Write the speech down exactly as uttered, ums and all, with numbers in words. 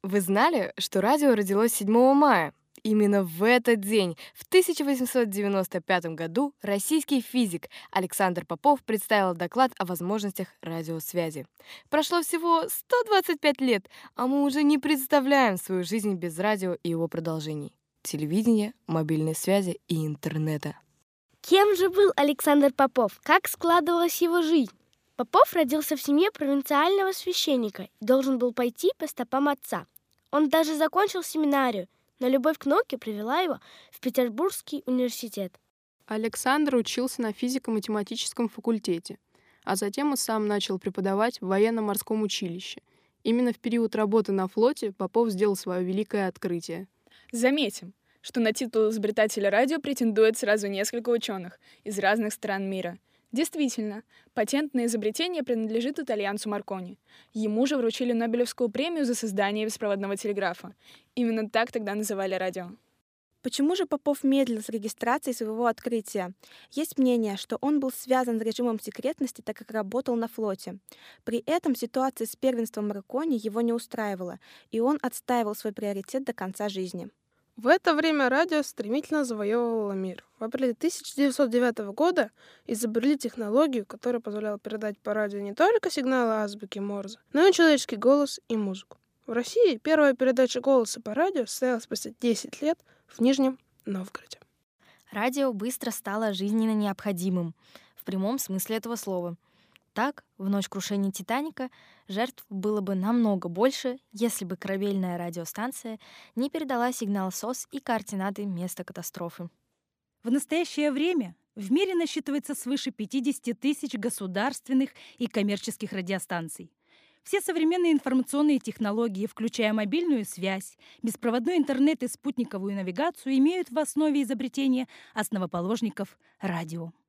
Вы знали, что радио родилось седьмого мая? Именно в этот день, в тысяча восемьсот девяносто пятом году, российский физик Александр Попов представил доклад о возможностях радиосвязи. Прошло всего сто двадцать пять лет, а мы уже не представляем свою жизнь без радио и его продолжений — телевидения, мобильной связи и интернета. Кем же был Александр Попов? Как складывалась его жизнь? Попов родился в семье провинциального священника и должен был пойти по стопам отца. Он даже закончил семинарию, но любовь к науке привела его в Петербургский университет. Александр учился на физико-математическом факультете, а затем и сам начал преподавать в военно-морском училище. Именно в период работы на флоте Попов сделал свое великое открытие. Заметим, что на титул изобретателя радио претендует сразу несколько ученых из разных стран мира. Действительно, патент на изобретение принадлежит итальянцу Маркони. Ему же вручили Нобелевскую премию за создание беспроводного телеграфа. Именно так тогда называли радио. Почему же Попов медлил с регистрацией своего открытия? Есть мнение, что он был связан с режимом секретности, так как работал на флоте. При этом ситуация с первенством Маркони его не устраивала, и он отстаивал свой приоритет до конца жизни. В это время радио стремительно завоевывало мир. В апреле тысяча девятьсот девятого года изобрели технологию, которая позволяла передать по радио не только сигналы азбуки Морзе, но и человеческий голос и музыку. В России первая передача голоса по радио состоялась спустя десять лет в Нижнем Новгороде. Радио быстро стало жизненно необходимым, в прямом смысле этого слова. Так, в ночь крушения «Титаника» жертв было бы намного больше, если бы корабельная радиостанция не передала сигнал СОС и координаты места катастрофы. В настоящее время в мире насчитывается свыше пятидесяти тысяч государственных и коммерческих радиостанций. Все современные информационные технологии, включая мобильную связь, беспроводной интернет и спутниковую навигацию, имеют в основе изобретения основоположников радио.